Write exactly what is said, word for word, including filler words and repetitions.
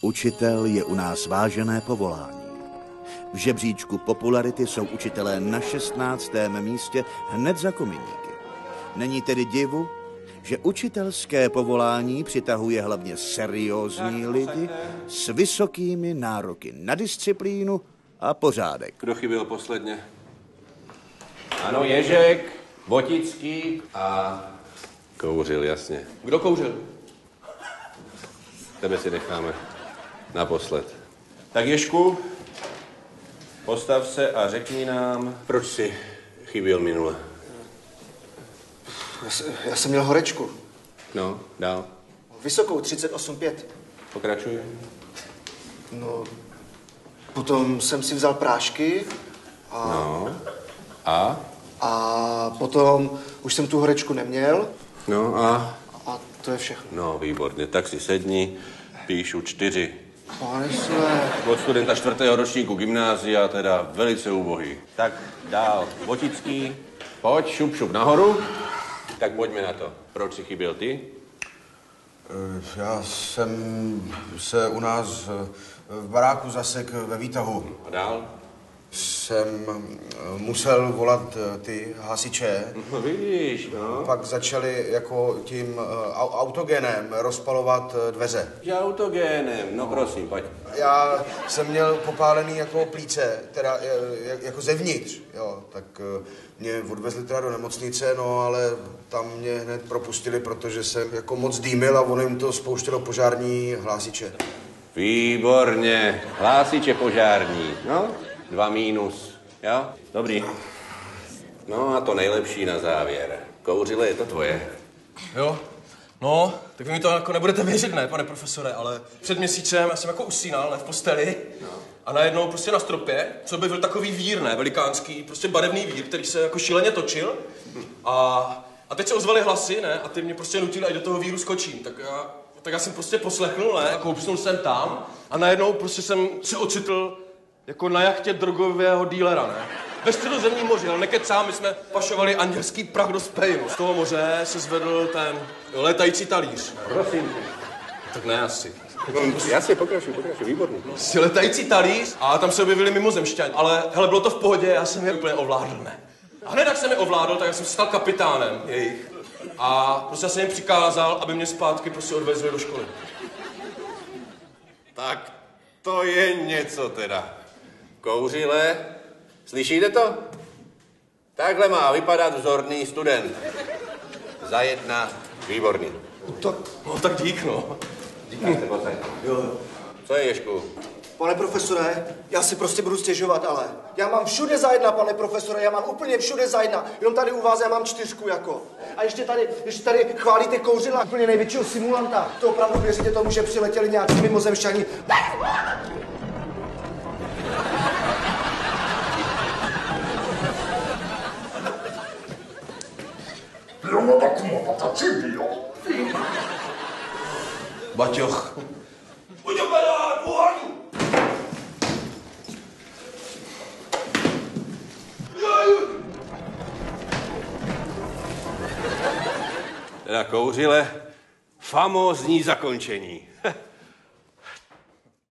Učitel je u nás vážené povolání. V žebříčku popularity jsou učitelé na šestnáctém místě hned za kominíky. Není tedy divu, že učitelské povolání přitahuje hlavně seriózní lidi s vysokými nároky na disciplínu a pořádek. Kdo chyběl posledně? Ano, Ježek, Botický a... Kouřil, jasně. Kdo kouřil? Tebe si necháme naposled. Tak Ježku, postav se a řekni nám, proč jsi chyběl minule. Já, já jsem měl horečku. No, dál. Vysokou, třicet osm pět. Pokračuj. No, potom jsem si vzal prášky a... No, a? A potom už jsem tu horečku neměl. No a? A to je všechno. No, výborně, tak si sedni, píšu čtyři. Pane své. Od studenta čtvrtého ročníku gymnázia, teda velice ubohý. Tak dál, Botický, pojď, šup, šup nahoru. Tak pojďme na to. Proč jsi chyběl ty? Já jsem se u nás v baráku zasek ve výtahu. A dál? Jsem musel volat ty hasiče. No vidíš, no. Pak začali jako tím autogenem rozpalovat dveře. Že autogenem, no prosím, pojď. Já jsem měl popálený jako plíce, teda jako zevnitř, jo, tak mě odvezli teda do nemocnice, no ale tam mě hned propustili, protože jsem jako moc dýmil a ono jim to spouštělo požární hlásiče. Výborně, hlásiče požární, no, dva mínus, jo, dobrý. No a to nejlepší na závěr. Kouřile, je to tvoje. Jo, no, tak vy mi to jako nebudete věřit, ne, pane profesore, ale před měsícem já jsem jako usínal, ne, v posteli. No. A najednou prostě na stropě se objevil takový vír, ne, velikánský, prostě barevný vír, který se jako šíleně točil. A, a teď se ozvaly hlasy, ne, a ty mě prostě nutili, ať do toho víru skočím. Tak já, tak já jsem prostě poslechnul, ne, a koupsnul jsem tam a najednou prostě jsem se ocitl jako na jachtě drogového dílera, ne. Ve Středozemním moři, ale nekecám, my jsme pašovali andělský prach do Spainu. Z toho moře se zvedl ten letající talíř. Prosím. Tak ne asi. Jasně, pokračuj, pokračuj, výborný. Si letající talíř a tam se objevili mimozemšťani. Ale hele, bylo to v pohodě, já jsem je úplně ovládl, ne. A hned jak jsem je ovládl, tak já jsem se stal kapitánem jejich. A prostě jsem jim přikázal, aby mě zpátky prostě odvezli do školy. Tak to je něco teda. Kouřile, slyšíte to? Takhle má vypadat vzorný student. Za jedna, výborný. Tak, no tak dík, no. Díky, se posaď. jo, jo. Co je, Ježku? Pane profesore, já si prostě budu stěžovat, ale já mám všude za jedna, pane profesore, já mám úplně všude za jedna. Jenom tady u vás já mám čtyřku, jako. A ještě tady, ještě tady chválíte Kouřila, úplně největšího simulanta. To opravdu věříte tomu, že přiletěli nějaký mimozemšťani? Baťoch. Teda Kouřile, famózní zakončení.